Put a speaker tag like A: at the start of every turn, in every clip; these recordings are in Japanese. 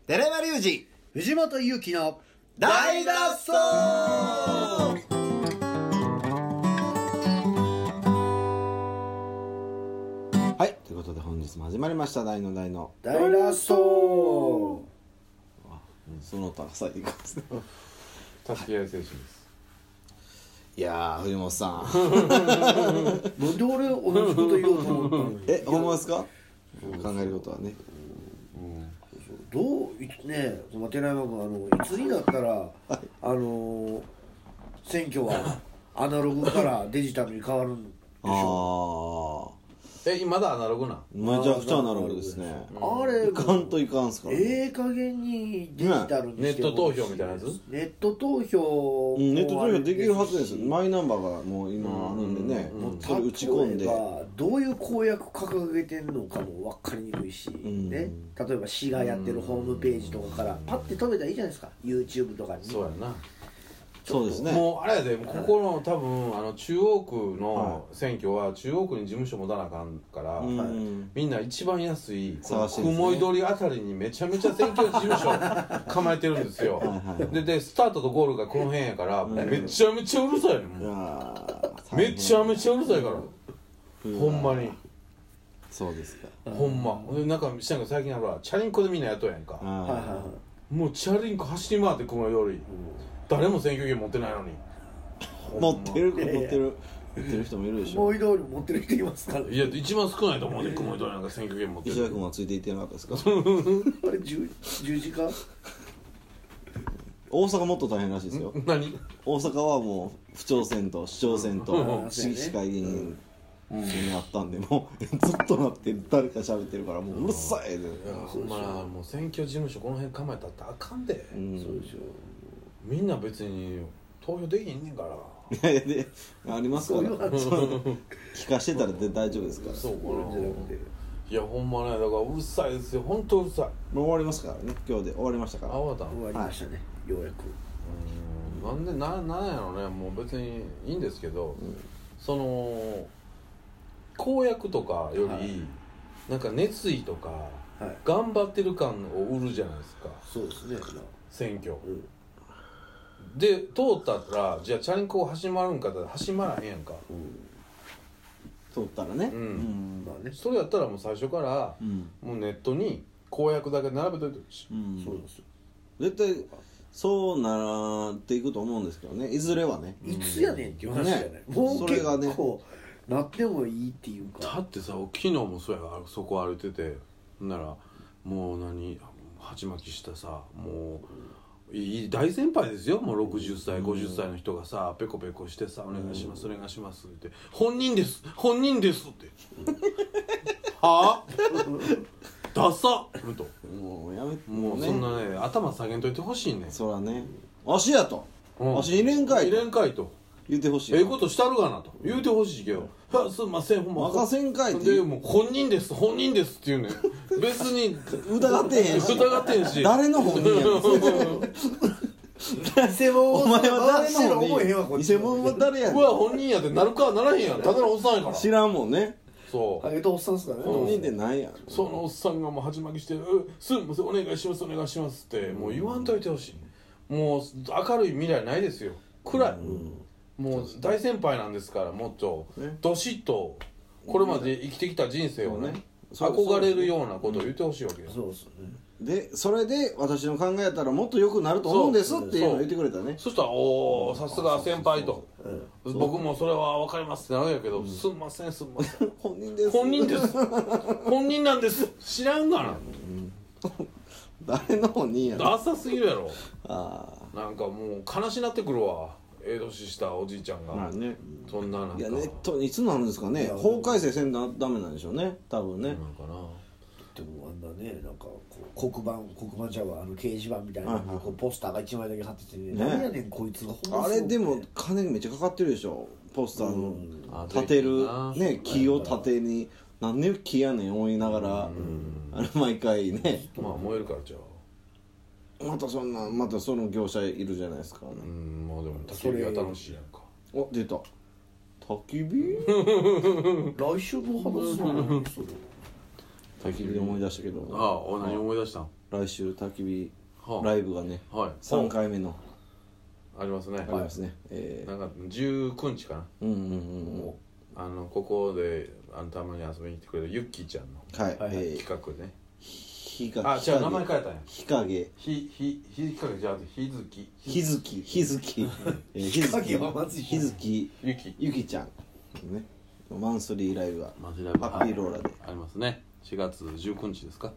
A: 寺山隆二
B: 藤本勇樹の
A: 大脱走。はい、ということで本日も始まりました大の大の
B: 大脱走。
A: その他さいきますね。
C: 助け合い選手です。
A: いやー藤本さん
B: なんで俺同じこと言おうと思ったのに
A: ほんまですか？考えることはね、
B: どうね寺山君いつになったら選挙はアナログからデジタルに変わるんでしょ
A: あ
C: まだアナログな。
A: めちゃくちゃアナログですね。
B: あれ
A: いかんといかんすからね。
B: 加減にデジタルに
C: ネット
B: して
C: 投票みたいなやつ。
B: ネット投票
A: ネット投票できるはずです。マイナンバーがもう今あるんでね、それ打ち込んで
B: 例えばどういう公約掲げてんのかも分かりにくいし、ね、例えば市がやってるホームページとかからパッて飛べたらいいじゃないですか、 YouTube とかに。
C: そうやな。
A: そうですね。
C: もうあれやで、ここの多分中央区の選挙は中央区に事務所持たなあかんから、みんな一番安い雲井通りあたりにめちゃめちゃ選挙事務所構えてるんですよ。でスタートとゴールがこの辺やから、めちゃめちゃうるさいねん。めちゃめちゃうるさいからほんまに。
A: そうですか。
C: ほんまなんか最近チャリンコでみんなやっとるやんか。もうチャリンコ走り回って雲井通り、誰も選挙権持ってないのに。
A: 持ってる人もいるでしょ。
B: 思い通り持ってる人いますから、
C: いや一番少ないと思うね、雲井通りなんか選挙権持ってる。
A: 石田君はついていってなかったですか？
B: あれ十字架。
A: 大阪もっと大変らしいですよ。
C: 何？
A: 大阪はもう府庁選と市長選と市会議員になったんで、もうずっとなって誰か喋ってるからもううるさいで。
C: ほんまな、もう選挙事務所この辺構えたってあかんで。
B: そうでしょ。
C: みんな別に投票できへんねんから。
A: いやでありますから聞かしてたら大丈夫ですから。
C: そうかな。いやほんまね、だからうるさいですよ、ほんとうるさい。
A: もう終わりますからね、今日で終わりましたから。
C: 終わったん？
B: 終わりましたね、ようやく。
C: なんでなんやろね、もう別にいいんですけど、その公約とかより、なんか熱意とか、頑張ってる感を売るじゃないですか。
B: そうですね、
C: 選挙、で通ったらじゃあチャリンコ走まるんかって走まらへんやんか、
A: 通ったらね、
B: まあね、
C: それやったらもう最初から、もうネットに公約だけ並べといてほしい。
B: そうですよ。
A: 絶対そうなっていくと思うんですけどね、いずれはね。
B: いつやねんっていう話じゃない、もう結構なってもいいっていうか。
C: だってさ、昨日もそうや、そこ歩いてて、ならもう鉢巻きしたさ、もういい大先輩ですよ、もう60歳50歳の人がさペコペコしてさ、お願いしますお願いしますって本人ですってはぁダサッと、
A: もうやめて、
C: もうそんなね頭下げんといてほしいね。
A: そらね、足やと、足入れんかい
C: と
A: 言ってほしい。
C: ことしたるがなと言うてほしいけど、すいませんほんま
A: 任せんかいって
C: でもう本人ですって言うねん別に
A: 疑ってへんし誰の本人やねん
B: 偽物
A: お前は誰の本人、偽
B: 偽物
A: 物は誰やねん。
C: うわ本人やってなるかならへんやん、ただのおっさんやから。
A: 知らんもんね。
C: そう
B: ハゲとおっさんっすからね。
A: 本人ってなんや。
C: そのおっさんがもう鉢巻きして「すいませんお願いしますお願いします」ってもう言わんといてほしい。もう明るい未来ないですよ、暗い。もう大先輩なんですから、もっとどしっとこれまで生きてきた人生をね憧れるようなことを言ってほしいわけよ。
B: そうっすね。
A: でそれで私の考えやったらもっと良くなると思うんですっていうのを言ってくれたね。
C: そしたら「おおさすが先輩」と「僕もそれは分かります」ってなるんやけど「すんません
A: 本人です
C: 本人なんです知らんがな」
A: 誰の本人やろ。
C: ダサすぎるやろ。
A: あ
C: なんかもう悲しなってくるわ、年したおじいちゃんが、
A: まあね、
C: そんななんか。
A: いやネットいつなんですかね。法改正せんとダメなんでしょうね、多分ね。
C: なんかな。
B: でもね、なんか黒板ちゃうわ、掲示板みたいなのにポスターが1枚だけ貼っててね、何やねんこいつが。
A: あれでも金めっちゃかかってるでしょ、ポスターの立てるね、木を縦になんで木やねん思いながら、毎回ね。
C: まあ燃えるからちゃう。
A: またその業者いるじゃないですか。
C: まあでも焚き火が楽しいやんか。
A: お、出た焚き火
B: 来週の話すの。
A: 焚き火で思い出したけど、
C: ああ、何思い出したん？
A: 来週焚き火ライブがね、
C: はい、
A: 3回目の
C: ありますね。
A: ありますね。
C: なんか19日かな。ここでたまに遊びに来てくれるユッキーちゃんの企画ね。違う名前変えたんや。
A: 日陰。
C: 日陰じゃなくて日月。
A: 日月。日月ゆきちゃんね。マンスリーライブがハッピーローラで
C: ありますね。4月19日ですか。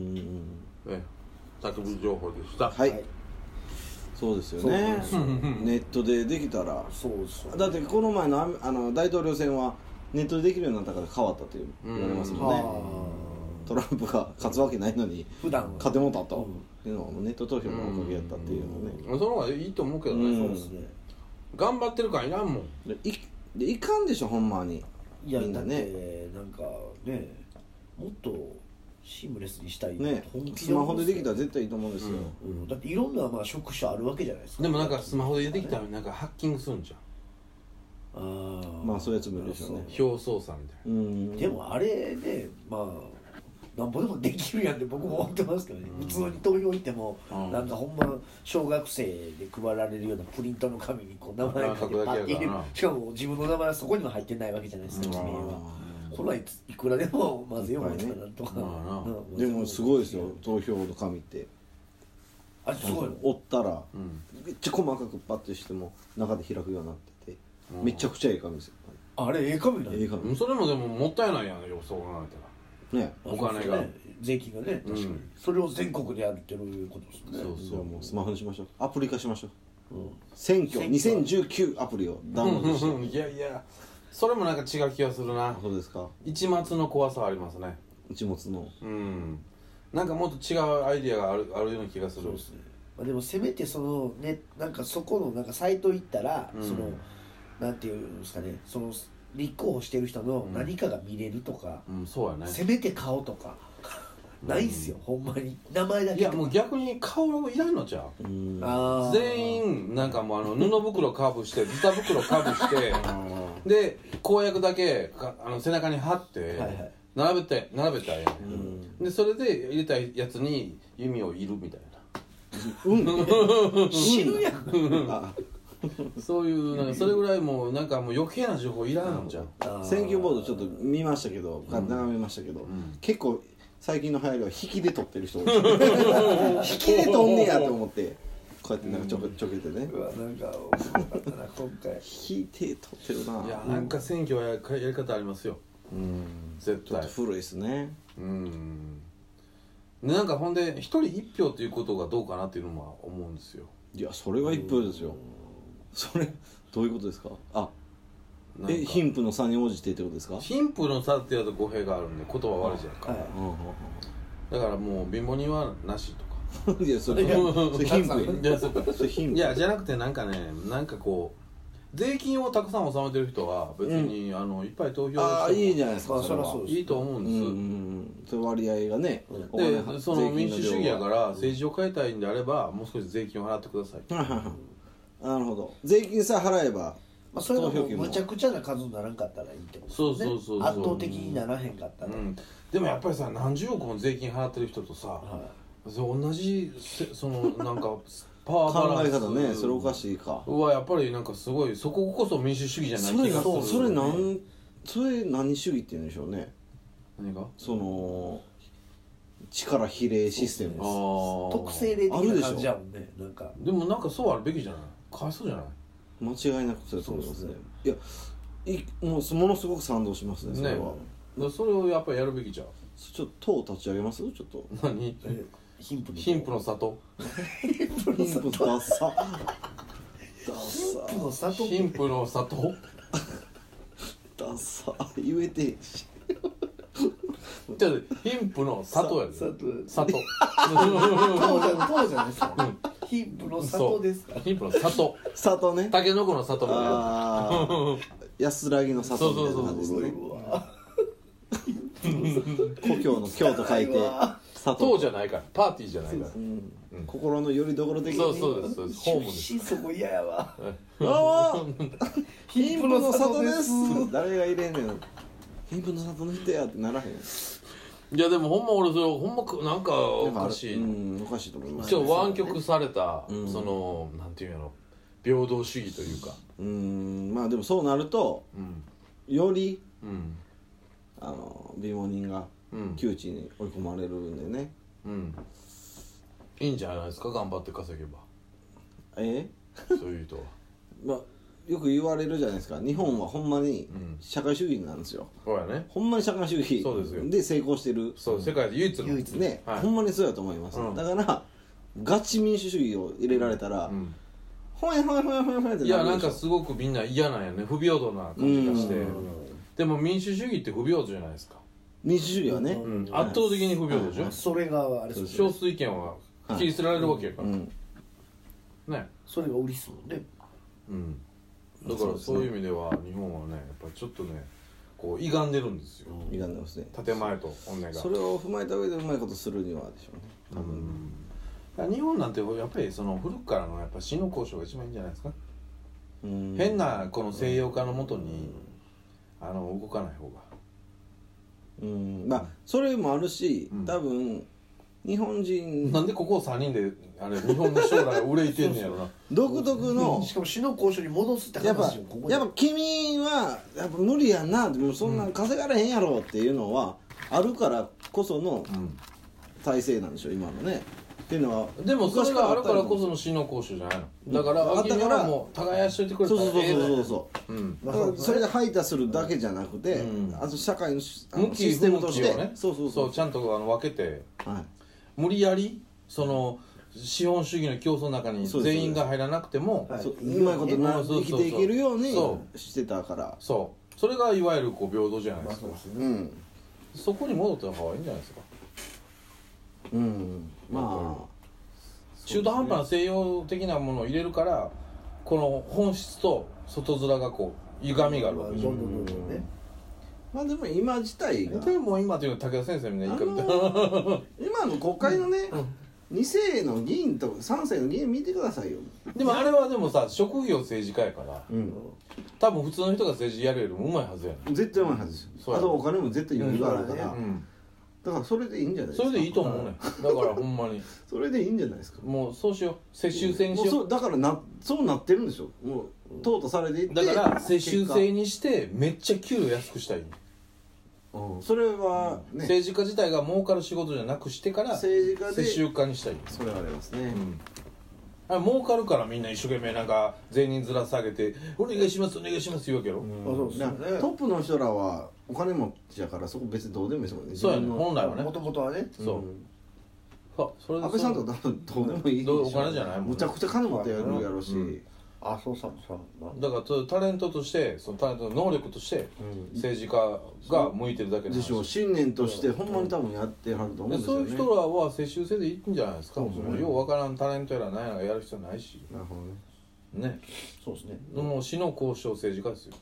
C: 焚き火情報でした。
A: はい。そうですよね。ネットでできたら。だってこの前の大統領選はネットでできるようになったから変わったと言われますもんね。トランプが勝つわけないのに勝てもたというのはネット投票のおかげやったっていうのね。
C: その方がいいと思うけどね。そうですね。頑張ってるからいらんもん。
A: いかんでしょほんまに。
B: いやみんなね、なんかね、もっとシームレスにしたい
A: ね。スマホでできたら絶対いいと思うんですよ。
B: だっていろんな職種あるわけじゃないですか。
C: でもなんかスマホでできたらなんかハッキングするんじゃん。
A: まあそういうやつもいるでしょうね。
C: 表操作みたい
B: な。でもあれね、まあなんぼでもできるやんって僕も思ってますけどね。普通に投票行ってもなんかほんま小学生で配られるようなプリントの紙にこう名前書いてパッて入れる。しかも自分の名前はそこには入ってないわけじゃないですか。記名は。これはいくらでも混ぜようかなとか。
A: でもすごいですよ投票の紙って。
B: あれすごいの。
A: 折ったらめっちゃ細かくパッてしても中で開くようになっててめちゃくちゃええ紙ですよ。
B: あれええ紙なん。
C: それもでももったいないやんよそう考えたら。ね、お金が
B: 税金がね、確かにそれを全国でやってることですね。
A: そうもうスマホにしましょう。アプリ化しましょう。選挙2019アプリをダウンロードして。
C: いやそれもなんか違う気がするな。
A: そうですか。
C: 一末の怖さはありますね。
A: 一末の
C: なんかもっと違うアイディアがあるような気がする。
B: そうですね。でもせめてそのね、なんかそこのなんかサイト行ったらそのなんていうんですかね、その立候補してる人の何かが見れるとか、
C: そうやね。
B: せめて顔とかないっすよ、ほんまに名前だけ。
C: いやもう逆に顔いらんのちゃう。全員なんかもう布袋かぶしてビタ袋かぶしてで公約だけ背中に貼って並べたいやん。でそれで入れたいやつに弓をいるみたいな。
B: 死ぬやん。
C: そういうなんかそれぐらいもうなんかもう余計な情報いらんのじゃん。
A: 選挙ボードちょっと見ましたけど、眺めましたけど、結構最近の流行りは引きで撮ってる人多い。引きで撮んねやと思ってこうやってなんかちょけてね。
B: なんか面白かったな今回。
A: 引いて撮ってるな。
C: いやなんか選挙はやり方ありますよ。絶対。
A: ちょっと古いですね。
C: なんかほんで一人一票っていうことがどうかなっていうのも思うんですよ。
A: いやそれが一票ですよ。それどういうことですか。貧富の差に応じてってことですか。
C: 貧富の差ってやると語弊があるんで言葉悪いじゃないか。だからもう貧乏人はなしとか。
A: いやそれ貧富。
C: いやじゃなくてなんかね、なんかこう税金をたくさん納めてる人は別に、いっぱい投票しても
A: いいじゃないですか。
C: それはいいと思うんです。
A: それ割合がね。
C: でその民主主義やから政治を変えたいんであればもう少し税金を払ってください。
A: なるほど。税金さえ払えば、
B: それがもうむちゃくちゃな数にならんかったらいいってことですね。そう圧倒的にならへんかったら。
C: でもやっぱりさ何十億も税金払ってる人とさ、同じそのなんかパワーバランス
A: 考え方ね、それおかしいか。
C: やっぱりなんかすごいそここそ民主主義じゃない気がする。
A: それ何主義って言うんでしょうね。
C: 何が？
A: その力比例システムです。
B: 特性例的な感じやもんね。なんか
C: でもなんかそうあるべきじゃない。かわいそうじゃない。
A: 間違いなくそうだと思いますね。いやものすごく賛同しますね。それは。
C: それをやっぱりやるべきじゃん。
A: ちょっと党立ち上げます？ちょっと。
C: 何？貧富の里。
A: 貧富の里。
C: 貧富の里。
A: ダサ言えてし。
C: じゃあ貧富の里やで。里。
B: 党じゃないですか。貧富の里ですか。
C: 貧富の里。
A: 里ね。
C: タケノコの里みたいな。
A: 安らぎの里みたいな感じですね。故郷の京と書いて
C: 党じゃないからパーティーじゃないから。
A: 心の拠り所的に。
C: そうです。ホームです。
B: そこ嫌やわ。
A: 貧富の里です。誰が入れんねん。貧富の里の人やってならへん。
C: いやでもほんま俺それほんまなんかおかしい、
A: おかしいと思います。
C: ちょっと湾曲された、そのなんていうの平等主義というか、
A: まあでもそうなると、より、貧乏人が窮地に追い込まれるんでね、
C: いいんじゃないですか、頑張って稼げば。そういう人は
A: まあよく言われるじゃないですか、日本はほんまに社会主義なんですよ。
C: そうやね、
A: ほんまに社会主義で成功してる。
C: そう、世界で唯一の
A: ね、ほんまにそうやと思います。だからガチ民主主義を入れられたら、ほやほやほやほやほやってなるでしょ。
C: いやなんかすごくみんな嫌なんやね、不平等な感じがして。でも民主主義って不平等じゃないですか。
A: 民主主義はね、
C: 圧倒的に不平等でしょ。
B: それがあれです
C: 少数意見は切り捨てられるわけやからね。
B: それが売りっすもんね。
C: だからそういう意味では日本はね、やっぱりちょっとねこう歪んでるんですよ。
A: 歪んでますね、
C: 建前と本音が。
A: それを踏まえた上でうまいことするにはでしょうね、多分。
C: 日本なんてやっぱりその古くからのやっぱ死の交渉が一番いいんじゃないですか。変なこの西洋化のもとに動かない方が。
A: まあそれもあるし、多分日本人
C: なんでここ3人で日本の将来が憂いてんねやろな。
A: 独特の
B: しかも死の交渉に戻すって話をここで
A: やっぱ君はやっぱ無理やんな、でもそんな稼がれへんやろっていうのはあるからこその体制なんでしょ今のね。っていうのは
C: でもそれがあるからこその死の交渉じゃないの。だから秋にはもう耕しといてくれたら
A: だからそれで排他するだけじゃなくて、あと社会のシステムとしてね、
C: そうちゃんと分けて、無理やりその資本主義の競争の中に全員が入らなくても
A: うまいこと生きていけるようにしてたから、
C: それがいわゆるこう平等じゃないですか。そこに戻った方がいいんじゃないですか。まあ中途半端な西洋的なものを入れるからこの本質と外面がこう歪みがあるわけでしょ。
A: まあでも今自体が
C: でも今という武田先生みたいな言い方
A: 今の国会のね、2世の議員と3世の議員見てくださいよ。
C: でもあれはでもさ職業政治家やから、多分普通の人が政治やるよりもうまいはずやねん。
A: 絶対うまいはずですよ。あとお金も絶対余裕があるから、だからそれでいいんじゃないですか。
C: それでいいと思うね。だからほんまに
A: それでいいんじゃないですか。
C: もうそうしよう、世襲制にしよう。
A: だからそうなってるんでしょ。もう淘汰されていって、
C: だから世襲制にしてめっちゃ給料安くしたい。
A: それはね、
C: 政治家自体が儲かる仕事じゃなくしてから
A: 政治家で
C: 世襲化にしたい。
A: それはありますね。
C: 儲かるからみんな一生懸命なんか税人ずら下げてお願いしますお願いします言うわけやろ。
A: トップの人らはお金持ちやからそこ別にどうでもいいですもんね。
C: そうやね、本来はね。
B: もともとはね。
C: そう
A: 安倍さんとかどうでもいいでしょ。
C: お金じゃないもん。
A: むちゃくちゃ金持ってやるやろうし。
B: そう
C: だからタレントとしてそのタレントの能力として政治家が向いてるだけ
A: でしょう。信念としてほんまに多分やってはると思うんですよね。
C: そういう人らは世襲制でいいんじゃないですか。ようわからんタレントやら何やらやる必要ないし。
A: なるほどね。
C: ね。
B: そうですね。
C: もう死の交渉政治家ですよ。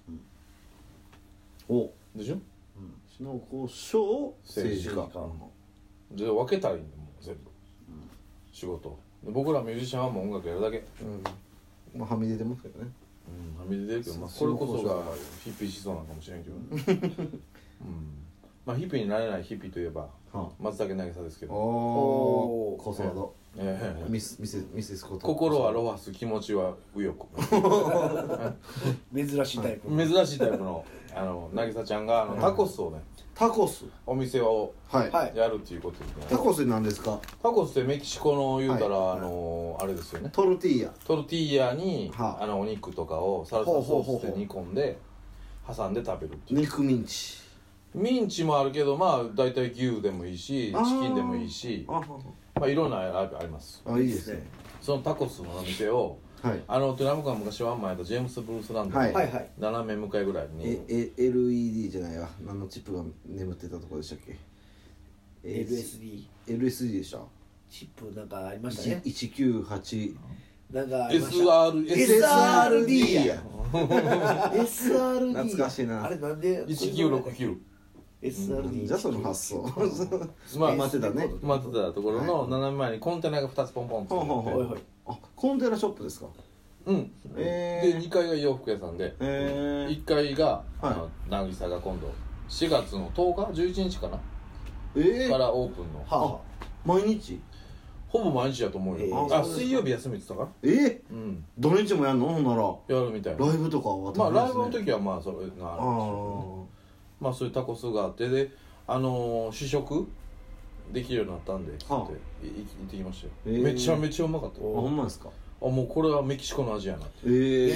C: でしょ。
A: 死の交渉政治家。
C: で分けたらいいんだもん全部仕事。僕らミュージシャンはもう音楽やるだけ。
A: まあはみ出てますけどね。
C: はみ出てるけど、まあこれこそがヒッピーしそうなのかもしれんけど。まあヒッピーになれないヒッピーといえば松竹渚ですけど。
A: コソード。ミセスコト。
C: 心はロハス、気持ちは右翼。
B: 珍しいタイプ。
C: 珍しいタイプの渚ちゃんがタコスをね。
A: タコス
C: お店をやるっていうことですね。
A: タコスなんですか。
C: タコスってメキシコの言うたらあれですよね。
A: トルティ
C: ーヤにお肉とかをサルサソースで煮込んで挟んで食べるっていう。
A: 肉ミンチ。
C: ミンチもあるけどまあ大体牛でもいいしチキンでもいいし、まあいろんなあります。
A: いいですね。
C: そのタコスのお店をトゥナムが昔ワンマンやったジェームス・ブルース・ランドの斜め向かいぐらいに
A: LED じゃないわ、何のチップが眠ってたところでしたっけ。 LSD でした。
B: チップなんかありましたね。
A: 198
B: なんか
C: SRD や
B: SRD
A: 懐かしいな。
B: あれなんで
C: 1969
B: SRD
A: じゃその発想
C: 待ってたところの斜め前にコンテナが2つポンポンって
A: コンテナショップですか。
C: で2階が洋服屋さんで1階が渚が今度4月の10日11日かなからオープンの、
A: はあ、毎日
C: ほぼ毎日やと思うよ、水曜日休みって言ったか
A: 土日もやんの？ほんなら
C: やるみたいな。
A: ライブとかは
C: まあライブの時はまあそれがあるんでしょうね。まあそういうタコスがあって、で試食できるようになったんでつって行ってきましたよ。めちゃめちゃうまかった。
A: ほんまですか？
C: もうこれはメキシコの味やなって。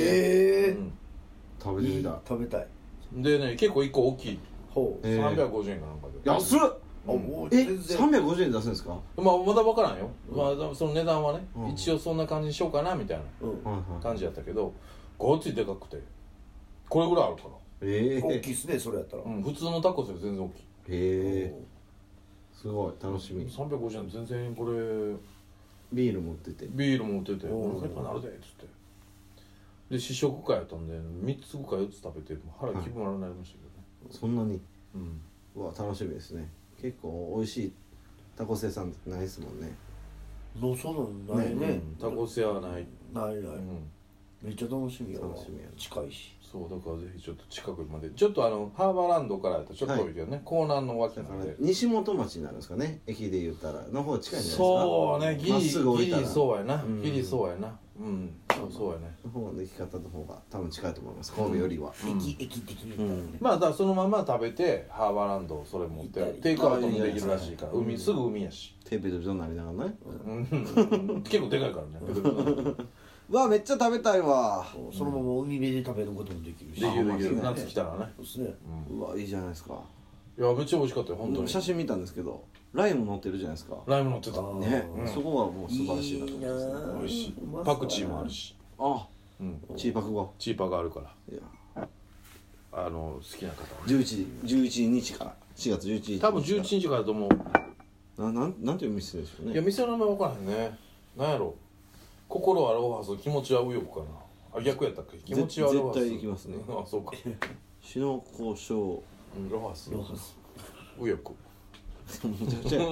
A: 食べてみたい。
B: 食べたい。
C: でね、結構1個大きい。350円かなんかで。
A: 安っ。350円出すんですか？
C: まあまだ分からんよ。まあその値段はね、一応そんな感じにしようかなみたいな感じやったけど、ごっついでかくてこれぐらいあるから。
B: 大きいっすね、それやったら。
C: 普通のタコスより全然大きい。
A: すごい楽しみ。
C: 350円全然これ
A: ビール持ってて
C: お腹いっぱいになるでっつって。で試食会やったんで3つか4つ食べて腹気分悪くなりましたけどね。
A: そんなに？うわ楽しみですね。結構美味しいタコス屋さんってないですもんね。
B: そのないね。
C: タコス屋はない。
B: めっちゃ楽しみや。近いし。
C: そうだからぜひちょっと近くまで、ちょっとハーバーランドからやったらちょっと遠いけどね、江南の脇なんで
A: 西本町になるんですかね、駅で言ったらの方近いんじゃないですか。
C: そうね、ギリそうやな、ギリそうやな、そうやね。
A: の方の行き方の方が多分近いと思います、神戸よりは。
B: 駅的に
C: まあだからそのまま食べてハーバーランドそれ持ってテイクアウトもできるらしいから、すぐ海やし、
A: テーペドジョになりながらね、
C: 結構でかいからね。
A: わめっちゃ食べたいわ。
B: そのまま海辺で食べることもできるし。
C: できる夏来たらね。
B: そうですね。
A: うわいいじゃないですか。
C: いやめっちゃ美味しかったよ本当に。
A: 写真見たんですけどライム乗ってるじゃないですか。
C: ライム乗ってた
A: ね、そこはもう素晴らしいなと思ってますね。
C: 美味しい。パクチーもあるし。
A: チーパクが
C: チーパクがあるから。
A: いや
C: 好きな方
A: 11日から4月11日
C: 多分11日からだと思う。
A: なんていう店でしょうね。
C: いや店の名前分からへんね。なんやろ、心はロハス、気持ちは右翼かな。逆やったっけ。気持ちはロハス。
A: 絶対行きますね。
C: そうか。
A: シノコショウ
C: ロハス右翼。
A: むちゃくちゃ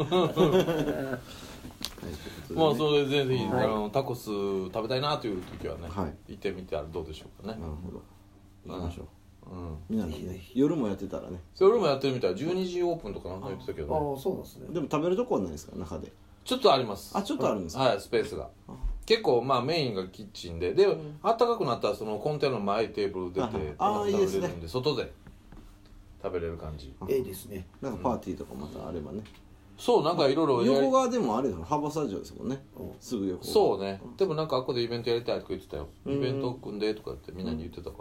C: まあそれでぜひタコス食べたいなという時はね、行ってみてはどうでしょうかね。
A: なるほど、行きましょう。みんなね、夜もやってたらね。
C: 夜もやってるみたい。12時オープンとかなんか言ってたけどね。
B: そうなんですね。
A: でも食べるとこはないですか、中で。
C: ちょっとあります。
A: ちょっとあるんですか。
C: はい、スペースが結構まあメインがキッチンで、暖かくなったらそのコンテナの前テーブル出て食べれるんで、外で食べれる感じ。
B: ですね。
A: なんかパーティーとかまたあればね。
C: そう、なんかいろいろ
A: 横側でもあれですよ、ハーバースタジオですもんね。すぐ横。
C: そうね。でもなんかあっこでイベントやりたいとか言ってたよ。イベント組んでとかってみんなに言ってたから。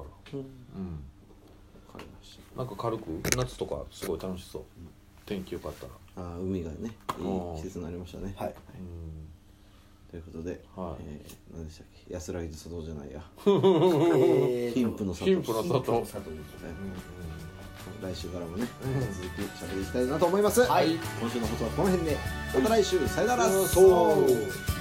C: なんか軽く夏とかすごい楽しそう。天気良かったら。
A: 海がね、いい季節になりましたね。はい。ということで、何でしたっけ、安らぎと里じゃないや。貧富の里。来週からもね、続き喋りたいなと思います。今週の放送はこの辺で、また来週、さよなら。